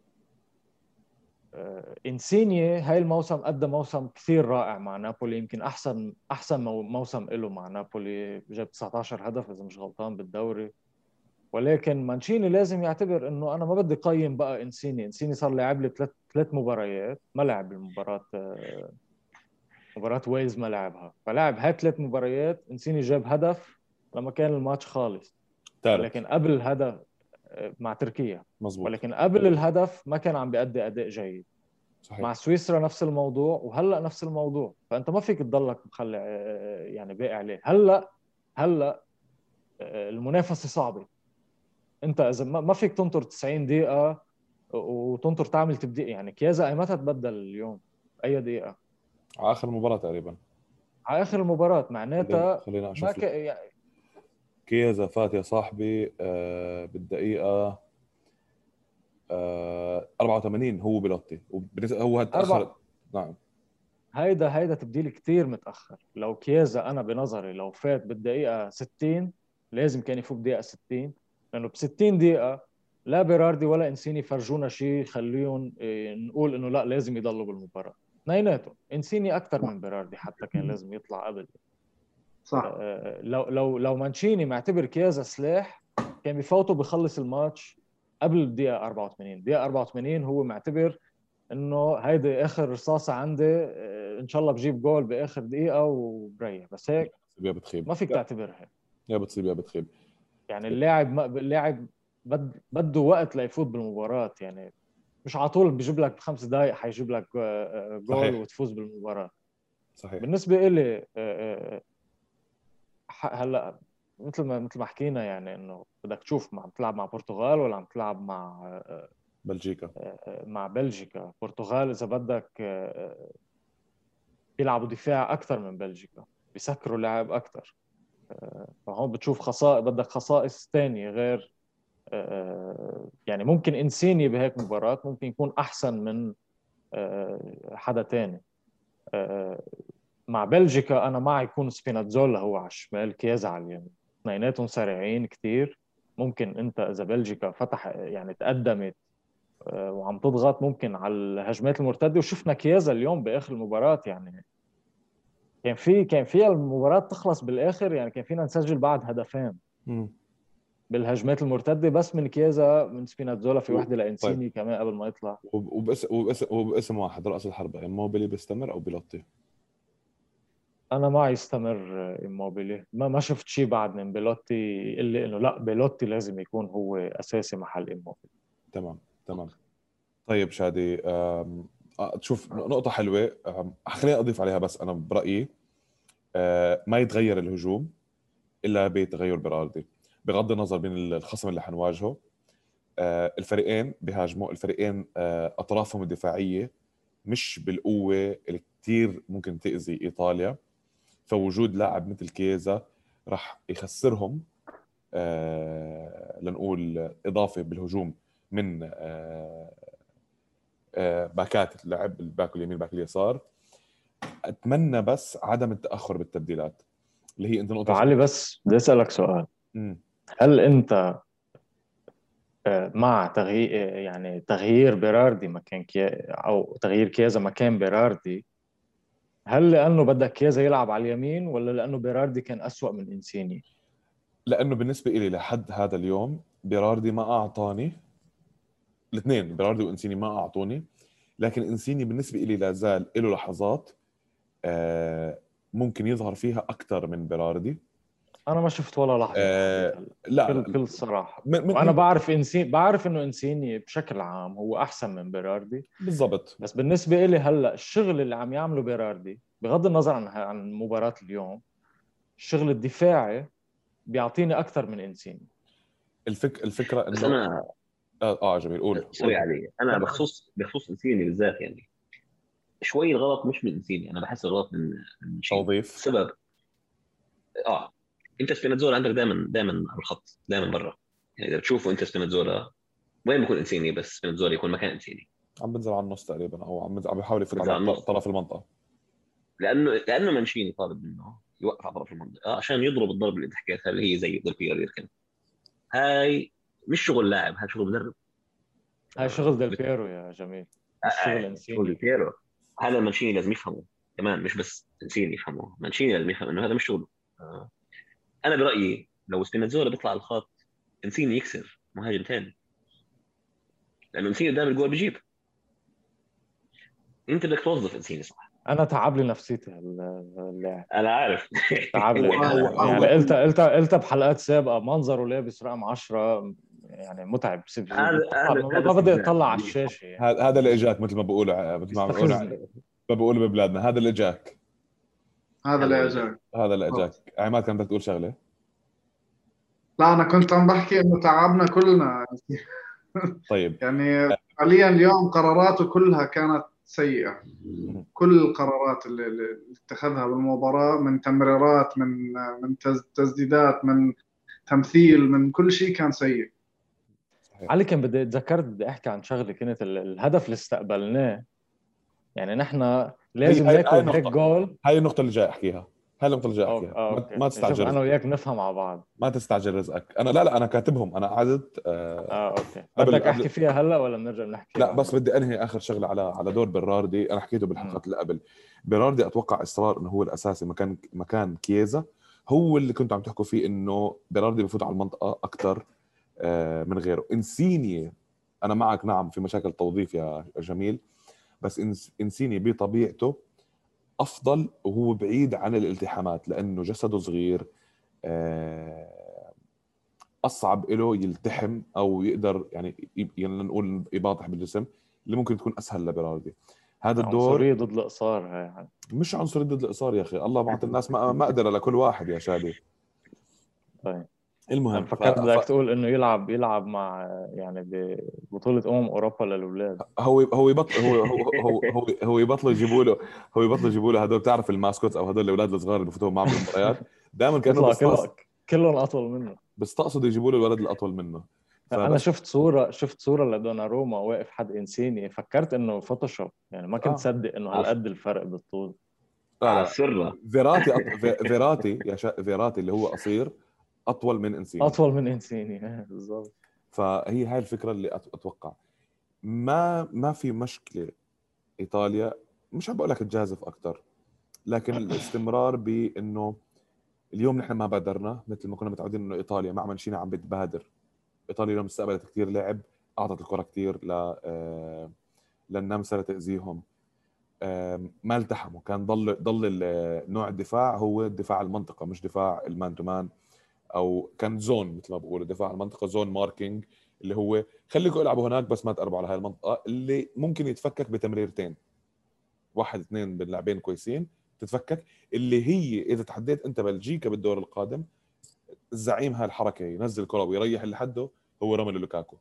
آه، انسيني هاي الموسم ادى موسم كثير رائع مع نابولي، يمكن احسن احسن مو- موسم له مع نابولي، جاب تسعة عشر هدف اذا مش غلطان بالدوري. ولكن مانشيني لازم يعتبر انه انا ما بدي قيم بقى انسيني. انسيني صار لعب لي ثلاث ثلاث مباريات، ما لعب المباراه آه، مباراه ويلز ما لعبها، فلعب هاي ثلاث مباريات. انسيني جاب هدف لما كان الماتش خالص، ثالث. ولكن قبل الهدف آه، مع تركيا، مزبوط. ولكن قبل الهدف ما كان عم بيأدي اداء جيد. صحيح. مع سويسرا نفس الموضوع، وهلا نفس الموضوع. فانت ما فيك تضلك مخلي آه، يعني باقي عليه. هلا هلا آه، المنافسه صعبه. انت اذا ما ما فيك تنطر تسعين دقيقه وتنطر تعمل تبديل. يعني كيازا اي متى تبدل اليوم؟ اي دقيقه؟ على اخر المباراه تقريبا. على اخر المباراه، خلينا معناتها خلينا ما اشوف ك... لك. يعني كيزا فات يا صاحبي آه بالدقيقه آه أربعة وثمانين هو بيلوتي، وبالنسبة- هو اربع. تاخر. نعم. هيدا هيدا تبديل كتير متاخر. لو كيازا انا بنظري لو فات بالدقيقه ستين، لازم كان يفوت بدقيقه ستين، لانه ب ستين دقيقه لا بيراردي ولا انسيني فرجونا شيء يخليهم إيه، نقول انه لا لازم يضلوا بالمباراه. اثنيناتهم، انسيني اكثر من بيراردي حتى كان لازم يطلع قبل. صح. لو لو لو مانشيني معتبر كيازا سلاح، كان بفوته بخلص الماتش قبل الدقيقة أربعة وثمانين. الدقيقة أربعة وثمانين هو معتبر انه هيدي اخر رصاصة عندي، آه، ان شاء الله بجيب جول باخر دقيقة وبريح. بس هيك يا بتخيب ما فيك يا تعتبرها. يا بتصيب يا بتخيب. يعني اللاعب ما اللاعب بد بده وقت ليفوت بالمباراة. يعني مش على طول بيجيب لك بخمس دقائق حيجيب لك آه، آه، جول صحيح. وتفوز بالمباراة. صحيح. بالنسبة إلي آه، آه، ح- هلا مثل ما مثل ما حكينا، يعني انه بدك تشوف عم تلعب مع برتغال ولا عم تلعب مع آه، بلجيكا. آه، مع بلجيكا. برتغال اذا بدك آه، بيلعبوا دفاع اكثر من بلجيكا، بيسكروا لعب اكثر. فهون بتشوف خصائص، بدك خصائص ثانيه غير آه، يعني ممكن انسيني بهيك مباراة ممكن يكون احسن من آه، حدا ثاني. مع بلجيكا انا معي يكون سبيناتزولا هو على الشمال، كيازا على اليمين، اثنيناتهم سريعين كتير. ممكن انت اذا بلجيكا فتح يعني تقدمت آه، وعم تضغط ممكن على الهجمات المرتده. وشفنا كيازا اليوم باخر المباراه، يعني كان في كان فيها المباراه تخلص بالاخر، يعني كان فينا نسجل بعد هدفين مم. بالهجمات المرتده، بس من كيازا من سبيناتزولا، في و- واحده طيب. لانسيني كمان قبل ما يطلع. وب- وباسم وباسم وباسم واحد رأس الحربة، موبيلي بيستمر او بيلوتي؟ انا ما يستمر إيموبيلي. ما ما شفت شيء بعد من بيلوتي الا انه لا، بيلوتي لازم يكون هو اساسي محل إيموبيلي. تمام. تمام. طيب شادي، أم، آه، تشوف نقطة حلوة، أم، خليني أضيف عليها بس أنا برأيي أه، ما يتغير الهجوم إلا بتغير بيراردي. بغض النظر بين الخصم اللي حنواجهه، أه، الفريقين بيهاجموا، الفريقين أه، أطرافهم الدفاعية مش بالقوة اللي كتير ممكن تأذي إيطاليا. فوجود لاعب مثل كيزا راح يخسرهم أه، لنقول إضافة بالهجوم من أه، باكات اللعب، الباك اليمين باك اليسار. اتمنى بس عدم التاخر بالتبديلات اللي هي انت نقطه. علي بس بدي اسالك سؤال. مم. هل انت مع تغيير يعني تغيير بيراردي مكان كيا او تغيير كيازا مكان بيراردي، هل لانه بدك كيازا يلعب على اليمين ولا لانه بيراردي كان أسوأ من انسيني؟ لانه بالنسبه لي لحد هذا اليوم بيراردي ما اعطاني، الاثنين بيراردي وانسيني ما اعطوني، لكن انسيني بالنسبه لي لا زال له لحظات آه ممكن يظهر فيها اكثر من بيراردي. انا ما شفت ولا لحظه آه هلا لا كل لا كل صراحه. من من وانا من بعرف انسين بعرف انه انسيني بشكل عام هو احسن من بيراردي، بالضبط. بس بالنسبه لي هلا الشغل اللي عم يعمله بيراردي بغض النظر عن عن مباراه اليوم، الشغل الدفاعي بيعطيني اكثر من انسيني. الفك الفكره بس انه انا اه, آه جميل قول سوري قول. علي، انا بخصوص بخصوص انسيني بالذات يعني شوي الغلط مش من انسيني، انا بحس الغلط من من شيء توظيف. سبب. اه انت سبيناتزولا عندك دائما دائما على الخط، دائما برا. يعني اذا بتشوفوا انت سبيناتزولا وين بيكون انسيني، بس سبيناتزولا يكون مكان انسيني، عم بنزل على النص تقريبا او عم عم بيحاول يفوت بنزل على على النص. طرف المنطقه. لانه لانه منشيني طالب منه يوقف على طرف المنطقه عشان يضرب الضربه اللي انت حكيتها اللي هي زي ديل بيرو يركن. هاي مش شغل لاعب، هاي شغل مدرب. هاي آه، شغل ديل بيرو يا جميل، آه، مش شغل آه، شغل ديل انسيني. بيرو. هذا منشيني لازم يفهمه كمان، مش بس انسيني يفهمه، منشيني لازم يفهم انه هذا مش شغله. آه. انا برايي لو سبيناتزولا بيطلع على الخط انسيني يكسر مهاجم ثاني، لانه انسيني قدام الجول بيجيب. انت بدك توظف انسيني صح. انا تعب لي نفسيتي اللاعب، انا عارف. تعب لي هو هو يعني هو يعني قلت قلت قلت بحلقات سابقه منظره لابس رقم عشرة يعني متعب. هذا ما هذا هذا ما بدي استفزاز. اطلع على الشاشه يعني، هذا هذا اللي اجاك مثل ما بقولوا مثل ما عم بيقولوا يستفزني. ما بقولوا ببلادنا، هذا اللي اجاك. هذا هذا اللي هو اجاك. هذا اللي اجاك. عماد كان بدك تقول شغله. لا انا كنت عم بحكي انه تعبنا كلنا. طيب يعني حاليا اليوم قراراته كلها كانت سيئة. كل القرارات اللي, اللي اتخذها بالمباراة، من تمريرات، من من تز- تسديدات، من تمثيل، من كل شيء كان سيء. علي كان بدي تذكرت بدي احكي عن شغله، كانت ال- الهدف اللي استقبلناه يعني نحن هي لازم هاي هاي ناكل هيك النقطه، جول. هاي النقطه اللي جاي احكيها، هاي النقطه اللي جاي أوكي. احكيها. آه، ما, اوكي ما شوف تستعجل انا رزقك. وياك بنفهم مع بعض. ما تستعجل رزقك. انا لا لا انا كاتبهم، انا قعدت آه اه اوكي، قبل بدك احكي قبل فيها هلا ولا بنرجع نحكي فيها لا بعدين؟ بس بدي انهي اخر شغله على على دور بيراردي. انا حكيته مم. بالحلقات اللي قبل. بيراردي اتوقع اصرار انه هو الاساسي مكان مكان كييزا، هو اللي كنتوا عم تحكوا فيه انه بيراردي بفوت على المنطقه اكثر آه من غيره. انسيني انا معك، نعم في مشاكل توظيف يا جميل، بس انسيني بطبيعته افضل وهو بعيد عن الالتحامات لانه جسده صغير. آه اصعب له يلتحم او يقدر يعني يعني نقول يباطح بالجسم اللي ممكن تكون اسهل لبيراردي. هذا الدور عنصريه ضد القصار هاي يعني. مش عنصري ضد الاقصار يا اخي، الله بعطي الناس ما مقدره لكل واحد يا شادي. طيب انا المهم ف... فكرت ف... بدك تقول انه يلعب يلعب مع يعني ببطوله امم اوروبا للاولاد. هو هو يبطل هو هو هو هو هو يبطلوا يجيبوا له هو يبطلوا يجيبوا له هدول، بتعرف الماسكوت او هدول الاولاد الصغار اللي بفوتوا معهم بالمباريات دائما كانوا بيطلع بيستقصد كله كلهم اطول منه. بيستقصدوا يجيبوا له الولد الاطول منه. انا فبس شفت صوره شفت صوره لدوناروما واقف حد انسيني، فكرت انه فوتوشوب يعني، ما كنت اه صدق انه هالقد الفرق بالطول. لا لا على لا السره. فيراتي أط... في- فيراتي يا شا... فيراتي اللي هو قصير اطول من انسيني. اطول من انسيني بالضبط. فهي هاي الفكره اللي أت- اتوقع ما ما في مشكله. ايطاليا مش عم بقول لك تجازف اكثر، لكن الاستمرار بانه اليوم نحن ما بادرنا مثل ما كنا متعودين انه ايطاليا مع مانشيني عم بتبادر. ايطاليا اليوم استقبلت كثير لعب، اعطت الكره كثير ل آه، للنمسا لتاذيهم. آه، ما التحموا، كان ضل ضل ال- نوع الدفاع هو دفاع المنطقه مش دفاع المان تو مان، او كان زون مثل ما بقولوا دفاع المنطقه، زون ماركينج اللي هو خليكم العبوا هناك بس ما تقربوا على هاي المنطقه اللي ممكن يتفكك بتمريرتين، واحد اثنين باللاعبين كويسين تتفكك، اللي هي اذا تحديت انت بلجيكا بالدور القادم الزعيم هاي الحركه ينزل كره ويريح اللي حده هو روميلو لوكاكو.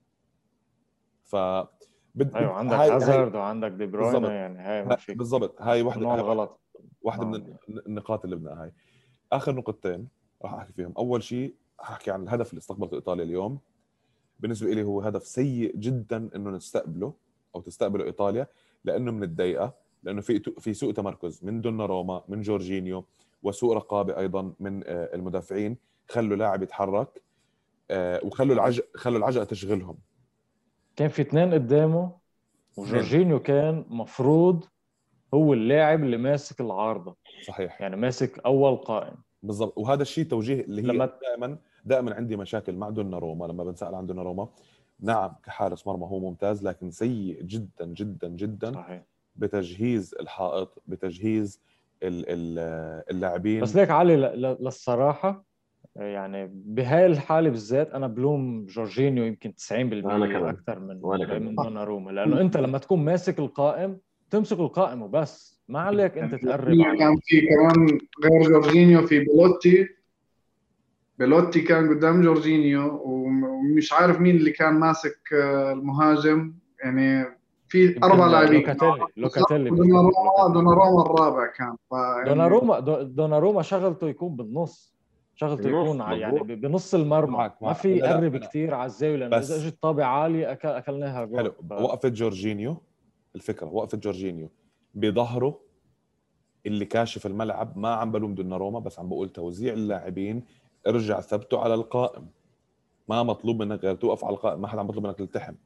ف بد... ايوه بد... عندك هاي هاي هازارد وعندك دي بروين، بالضبط. يعني هاي ما ها... فيك بالضبط هاي واحده ممنوع هاي واحده الغلط واحده من معهم. النقاط اللي بدنا. هاي اخر نقطتين راح احكي فيهم. اول شيء احكي عن الهدف اللي استقبلته ايطاليا اليوم. بالنسبه لي هو هدف سيء جدا انه نستقبله او تستقبله ايطاليا، لانه من الدقيقه لانه في في سوء تمركز من دوناروما من جورجينيو، وسوء رقابه ايضا من المدافعين، خلوا لاعب يتحرك وخلوا العج خلوا العجقه تشغلهم. كان في اثنين قدامه، وجورجينيو كان مفروض هو اللاعب اللي ماسك العارضه. صحيح، يعني ماسك اول قائم بالضبط. وهذا الشيء توجيه اللي هي لما دائما دائما عندي مشاكل مع دوناروما لما بنسال عن دوناروما. نعم كحارس مرمى هو ممتاز، لكن سيء جدا جدا جدا صحيح. بتجهيز الحائط، بتجهيز اللاعبين. بس ليك علي للصراحه يعني بهاي الحاله بالذات انا بلوم جورجينيو يمكن تسعين بالمية اكثر من من دوناروما، لانه انت لما تكون ماسك القائم تمسك القائم وبس، ما عليك انت تقرب على. كان في كمان غير جورجينيو في بيلوتي بيلوتي كان قدام جورجينيو، ومش عارف مين اللي كان ماسك المهاجم، يعني في اربع لاعبين. لوكاتيلي لوكاتيلي دوناروما دوناروما الرابع كان. دوناروما دوناروما شغلته يكون بالنص، شغلته يكون يعني بنص المرمى، معك معك. ما في يقرب كثير على الزاويه، لانه اذا اجت طابه عاليه أكل اكلناها جول. حلو. ف... وقفه جورجينيو، الفكره وقفه جورجينيو بظهره اللي كاشف الملعب. ما عم بلوم دوناروما، بس عم بقول توزيع اللاعبين، ارجع ثبته على القائم، ما مطلوب منك غير توقف على القائم، ما حدا مطلوب منك تلتحم.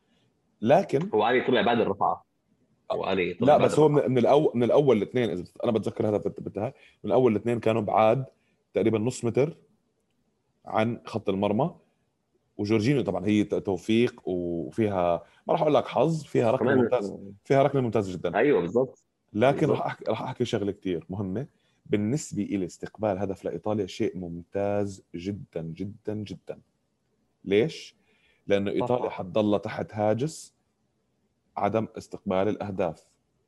لكن هو علي طلع بعد الرفعه، هو علي طلع لا بعد بس هو من, من الاول من الاول الاثنين، اذا انا بتذكر هذا بالتها، من الاول الاثنين كانوا بعاد تقريبا نص متر عن خط المرمى. وجورجينيو طبعا هي توفيق وفيها، ما راح اقول لك حظ، فيها ركله ممتاز، فيها ركله ممتازه جدا. ايوه بالضبط. لكن راح احكي راح احكي شغله كثير مهمه بالنسبه الى استقبال هدف لايطاليا، شيء ممتاز جدا جدا جدا. ليش؟ لانه ايطاليا حتضل تحت هاجس عدم استقبال الاهداف،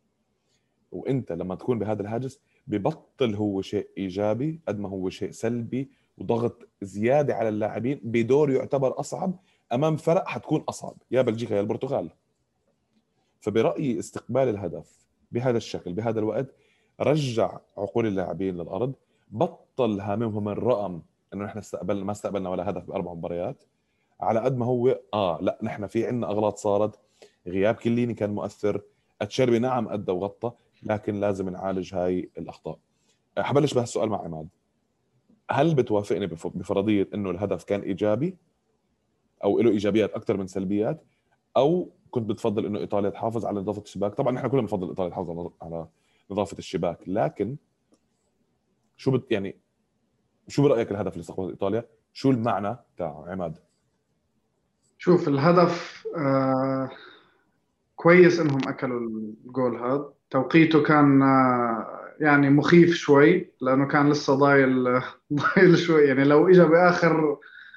وانت لما تكون بهذا الهاجس ببطل هو شيء ايجابي قد ما هو شيء سلبي، وضغط زياده على اللاعبين بدور يعتبر اصعب امام فرق حتكون اصعب، يا بلجيكا يا البرتغال. فبرايي استقبال الهدف بهذا الشكل بهذا الوقت رجع عقول اللاعبين للارض، بطل هاممهم الرقم انه نحن استقبلنا ما استقبلنا ولا هدف باربع مباريات، على قد ما هو اه لا نحن في عندنا اغلاط صارت، غياب كليني كان مؤثر، اتشيربي نعم ادى وغطى، لكن لازم نعالج هاي الاخطاء. حبلش بهالسؤال مع عماد، هل بتوافقني بفرضيه انه الهدف كان ايجابي او له ايجابيات اكثر من سلبيات، او كنت بتفضل انه ايطاليا تحافظ على نظافه الشباك؟ طبعا نحن كلنا بنفضل ايطاليا تحافظ على نظافه الشباك، لكن شو بت يعني شو برايك الهدف اللي استقبله ايطاليا؟ شو المعنى تاعه عماد؟ شوف الهدف آه كويس انهم اكلوا الجول، هذا توقيته كان آه يعني مخيف شوي، لانه كان لسه ضايل ضايل شوي، يعني لو اجى باخر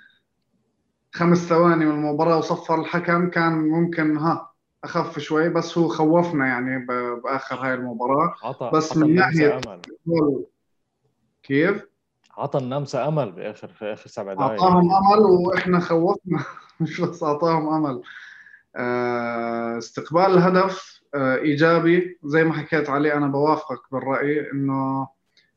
خمس ثواني من المباراة وصفر الحكم كان ممكن ها أخف شوي، بس هو خوفنا يعني بآخر هاي المباراة. عطى بس عطى من ناحية أمل. كيف؟ عطى النمسا أمل بآخر في آخر سبع دقائق. أعطاهم أمل وإحنا خوفنا مش بس أعطاهم أمل. استقبال الهدف إيجابي زي ما حكيت عليه، أنا بوافقك بالرأي إنه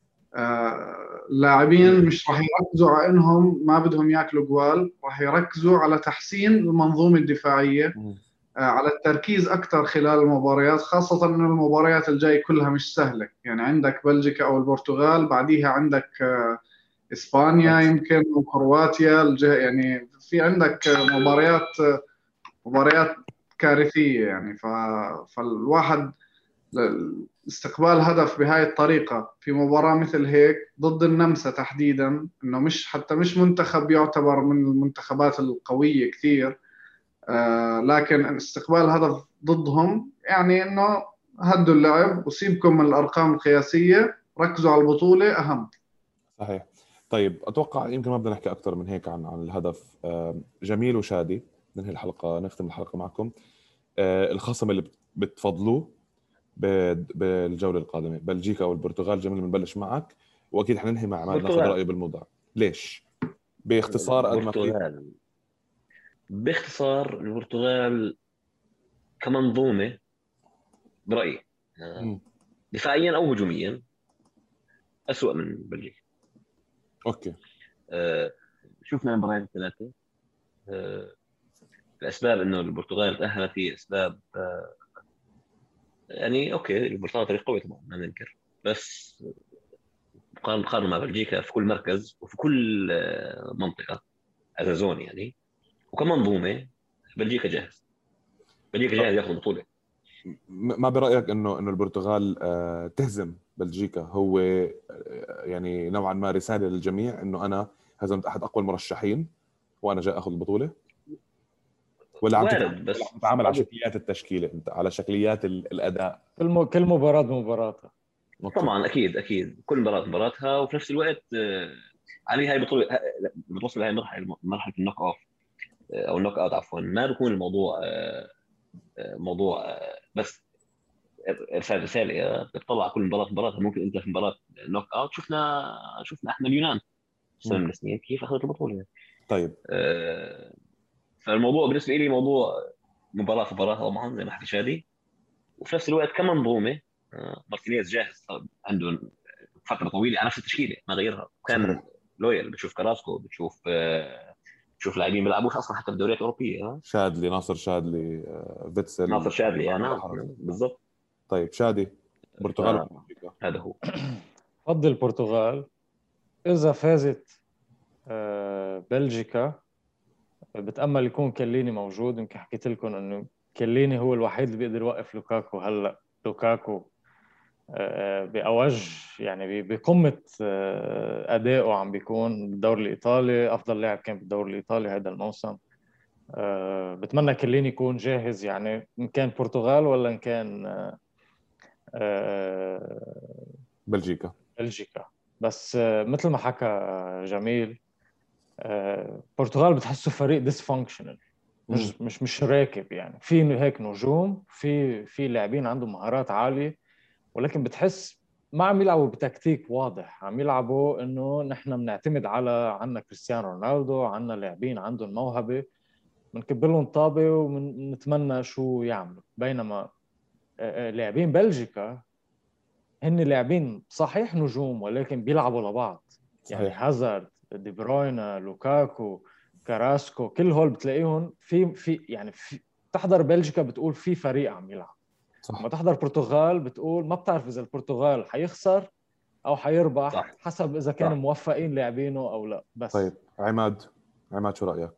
اللاعبين مش راح يركزوا على انهم ما بدهم ياكلوا جوال، راح يركزوا على تحسين المنظومه الدفاعيه، على التركيز اكثر خلال المباريات، خاصه انه المباريات الجاي كلها مش سهله، يعني عندك بلجيكا او البرتغال، بعديها عندك اسبانيا يمكن وكرواتيا، يعني في عندك مباريات مباريات كارثيه يعني. فالواحد استقبال هدف بهاي الطريقة في مباراة مثل هيك ضد النمسا تحديدا، انه مش حتى مش منتخب يعتبر من المنتخبات القوية كثير، آه لكن استقبال هدف ضدهم يعني انه هدوا اللعب وسيبكم من الارقام القياسية، ركزوا على البطولة اهم. صحيح. طيب اتوقع يمكن ما بدنا نحكي اكثر من هيك عن عن الهدف. آه جميل وشادي، ننهي الحلقة نختم الحلقة معكم. آه الخصم اللي بتفضلوه بالجوله القادمه، بلجيكا او البرتغال؟ جميل بنبلش معك، واكيد حننهي مع عماد ناخذ رايه بالموضوع. ليش باختصار قد ما في؟ باختصار البرتغال كمنظومه برايي دفاعيا او هجوميا اسوأ من بلجيكا. اوكي. آه شفنا المباريات الثلاثه، آه الاسباب انه البرتغال تاهلت هي اسباب آه يعني اوكي البرتغال فريق قوي طبعا ما ننكر، بس مقارنة مقارنة مع بلجيكا في كل مركز وفي كل آه، منطقة هذا زون يعني، وكمنظومة بلجيكا جاهز، بلجيكا جاهز ياخذ البطولة. م- ما برأيك انه انه البرتغال آه، تهزم بلجيكا هو آه، يعني نوعا ما رسالة للجميع انه انا هزمت احد اقوى المرشحين وانا جاي اخذ البطولة؟ ولا عم تتعامل وارد ولا بس عم تتعامل على برضو شكليات التشكيلة انت، على شكليات ال- الاداء؟ كل م... كل مباراه بمباراتها. اوكي. طبعا اكيد اكيد كل مباراة مباراتها، وفي نفس الوقت آه، علي هاي بطولة ه- بتوصل هاي مرحلة مرحلة النوك اوف آه، او النوك اوت عفوا، ما بيكون الموضوع آه، آه، موضوع آه، بس ارسال رساله بتطلع كل مباراه مباراه. ممكن انت في مباراه نوك اوت شفنا شفنا احنا اليونان سنه مم. من السنين كيف اخذت البطوله. طيب آه، فالموضوع بالنسبه لي موضوع مباراه مباراه طبعا زي ما حكي شادي، وفي نفس الوقت كمنظومه آه، مارتينيز جاهز عنده فتره طويله على نفس التشكيله ما غيرها، كان صحيح. لويال. بتشوف كراسكو، بتشوف آه، بتشوف لاعبين بيلعبوش اصلا حتى في الدوريات الاوروبيه ها. شادلي، ناصر شادلي، آه، فيتسل، ناصر شادلي يعني ولا نعم حرج. بالضبط. طيب شادي، برتغال ولا بلجيكا؟ فهذا هو. فضل البرتغال. اذا فازت آه، بلجيكا بتأمل يكون كليني موجود. يمكن حكيت لكم انه كليني هو الوحيد اللي بيقدر يوقف لوكاكو. هلا لوكاكو آه، بأوج يعني بقمة آه، أدائه عم بيكون بالدوري الإيطالي، أفضل لاعب كان بالدوري الإيطالي هذا الموسم. آه، بتمنى كليني يكون جاهز، يعني إن كان برتغال ولا إن كان آه، آه، بلجيكا. بلجيكا. بس آه، مثل ما حكى جميل، آه، البرتغال بتحسه فريق ديسفانكشنال، مم. مش مش مش راكب. يعني في هيك نجوم، في في لاعبين عندهم مهارات عالية، ولكن بتحس ما عم يلعبوا بتكتيك واضح. عم يلعبوا انه نحن بنعتمد على عنا كريستيانو رونالدو، عنا لاعبين عندهم موهبة، بنكب لهم طابة ونتمنى شو يعملوا. بينما آه، آه، لاعبين بلجيكا هن لاعبين صحيح نجوم، ولكن بيلعبوا لبعض. يعني صحيح. هازارد، دي بروينا، لوكاكو، كاراسكو، كل هول بتلاقيهم في في يعني في تحضر بلجيكا بتقول في فريق عم يلعب. لما صح. تحضر البرتغال بتقول ما بتعرف اذا البرتغال حيخسر او حيربح، صح حسب اذا كانوا صح. موفقين لاعبينه او لا. طيب بس عماد، عماد شو رأيك؟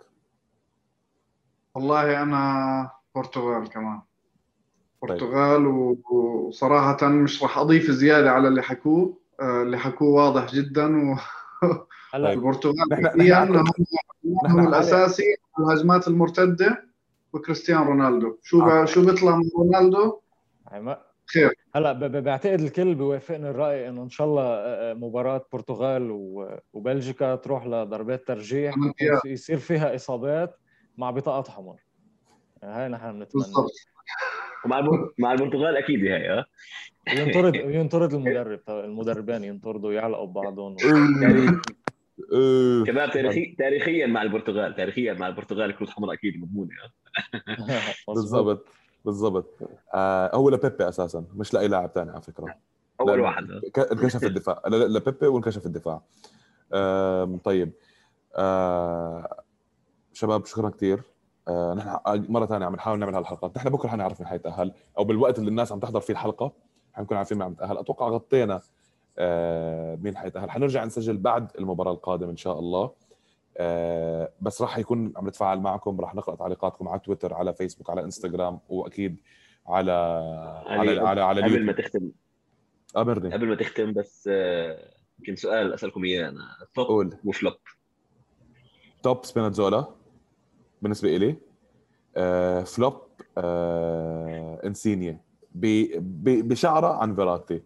والله أنا برتغال كمان، طيب برتغال و- وصراحة مش راح أضيف زيادة على اللي حكوه. آه، اللي حكوه واضح جدا. طيب هلا والبرتغال نحن نحن فعليا على هم نحن هم على الأساسي على الهجمات المرتدة، وكريستيانو رونالدو شو على ب- شو بيطلع من رونالدو يعني ما خير. هلا ب- ب- بعتقد الكل بيوافقني الراي انه ان شاء الله آه، آه، مباراه برتغال و- وبلجيكا تروح لضربات ترجيح، ويكون عمليات في يصير فيها اصابات مع بطاقات حمر. يعني هاي نحن بنتمناه. بالضبط. ومع البر... مع البرتغال اكيد هي ها. وينطرد وينطرد المدرب، المدربين ينطردوا يعلقوا ببعضهم و... تاريخ أوه. أوه. شباب تاريخي تاريخيا مع البرتغال تاريخيا مع البرتغال كروت حمراء اكيد مضمونه ها. مظبوط. بالضبط. بالضبط. آه هو لبيبي اساسا، مش لاي لاعب ثاني على فكره، اول لانه واحد ها. ك- انكشف الدفاع. لا- لا، لبيبي وانكشف الدفاع. آه طيب. آه شباب شكرا كثير. آه نحن مره ثانيه عم نحاول نعمل هالحلقات. نحن بكره حنعرف مين حيتاهل، او بالوقت اللي الناس عم تحضر فيه الحلقه حنكون عارفين مين عم يتاهل. اتوقع غطينا آه مين حيتاهل. حنرجع نسجل بعد المباراه القادمه ان شاء الله. آه بس راح يكون عم نتفاعل معكم، راح نقرا تعليقاتكم على تويتر، على فيسبوك، على انستغرام، واكيد على على علي على على قبل ما اليوتيوب. تختم امرني. قبل ما تختم بس آه، يمكن سؤال اسالكم اياه انا، توب قول. وفلوب. توب سبيناتزولا بالنسبه إلي. آه فلوب آه انسينيا بشعره عن فيراتي.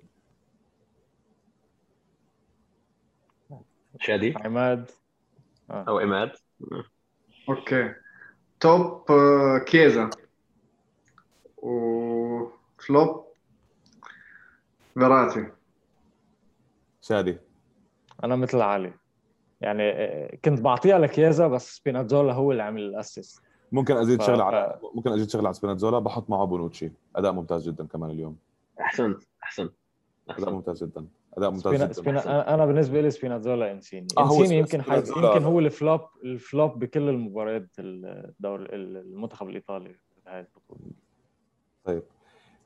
شادي عماد. آه. او عماد. اوكي، توب آه، كيزا، وفلوب فيراتي. شادي. انا مثل علي، يعني آه، كنت بعطيها لكيازا، بس سبيناتزولا هو اللي عمل الاسيست. ممكن ازيد ف... شغله ف... على ممكن ازيد شغله على سبيناتزولا، بحط معه بونوتشي. اداء ممتاز جدا كمان اليوم. احسنت احسنت اداء احسنت ممتاز جدا. اداء ممتاز سبينا جدا. سبينا احسنت. انا أنا بالنسبه لي سبيناتزولا انسيني. اه هو انسيني سب- يمكن حي... سبيناتزولا. يمكن هو الفلوب الفلوب بكل المباريات الدور المنتخب الايطالي في هاي البطوله. طيب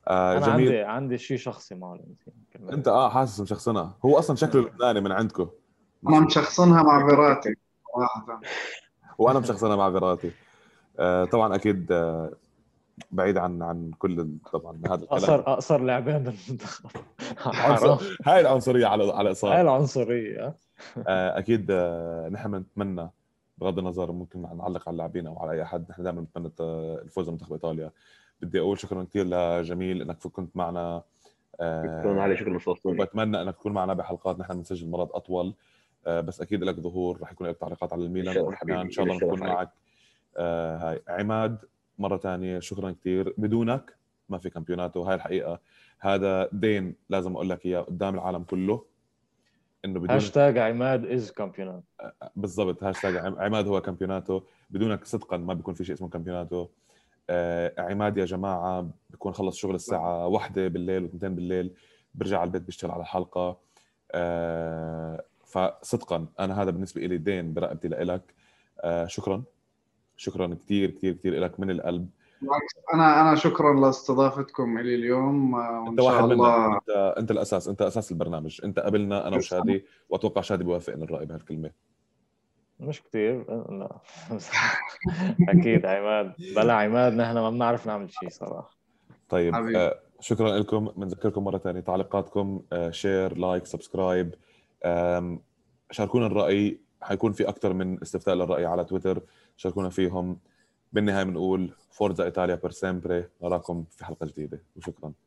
آه انا جميل. عندي عندي شيء شخصي مع لامين. انت اه حاسس مشخصنها، هو اصلا شكله لبناني من عندكم. انا مشخصنها مع فيراتي صراحه. وانا مشخصنها مع فيراتي. آه طبعا اكيد آه بعيد عن عن كل ال- طبعا هذا الكلام. اقصر اقصر لاعبين بالمنتخب. عنصر... حرام. هاي العنصريه على على هاي اصابه. العنصريه. آه اكيد آه نحن بنتمنى، بغض النظر ممكن نعلق على اللاعبين او على اي حد، نحن دائما بنتمنى الفوز بمنتخب ايطاليا. بدي اقول شكرا كثير لجميل انك كنت معنا. آه شكرا علي، شكرا مستضيفوني. وبتمنى انك تكون معنا بحلقات نحن بنسجل مرات اطول. آه بس اكيد لك ظهور، رح يكون لك تعليقات على الميلان، الشرف ونحن حبيبي، ان شاء الله الشرف نكون علي. معك. آه هاي عماد مرة تانية شكرا كتير، بدونك ما في كامبيوناتو، هاي الحقيقة. هذا دين لازم أقول لك إياه قدام العالم كله، إنه بدونك. هاشتاج عماد از كامبيونات. بالضبط، هاشتاج عم- عماد هو كامبيوناتو. بدونك صدقا ما بيكون في شيء اسمه كامبيوناتو. آه عماد يا جماعة بيكون خلص شغل الساعة واحدة بالليل واثنتين بالليل، برجع على البيت بيشتغل على الحلقة. آه فصدقا أنا هذا بالنسبة لي دين برقبتي لإلك. آه شكرا شكرا كتير كتير كتير لك من القلب. انا انا شكرا لاستضافتكم لي اليوم، وان انت واحد شاء منا، الله انت انت الاساس، انت اساس البرنامج. انت قبلنا انا وشادي، واتوقع شادي بيوافقني الراي بهالكلمه. مش كتير لا. اكيد عماد، بلا عماد نحن ما بنعرف نعمل شيء صراحه. طيب حبيبي. آه شكرا لكم. بنذكركم مره ثانيه تعليقاتكم، آه شير لايك سبسكرايب، آم شاركونا الراي. حيكون في اكثر من استفتاء للراي على تويتر، شاركونا فيهم. بالنهايه بنقول فورزا ايطاليا بير سيمبري. نراكم في حلقه جديده وشكرا.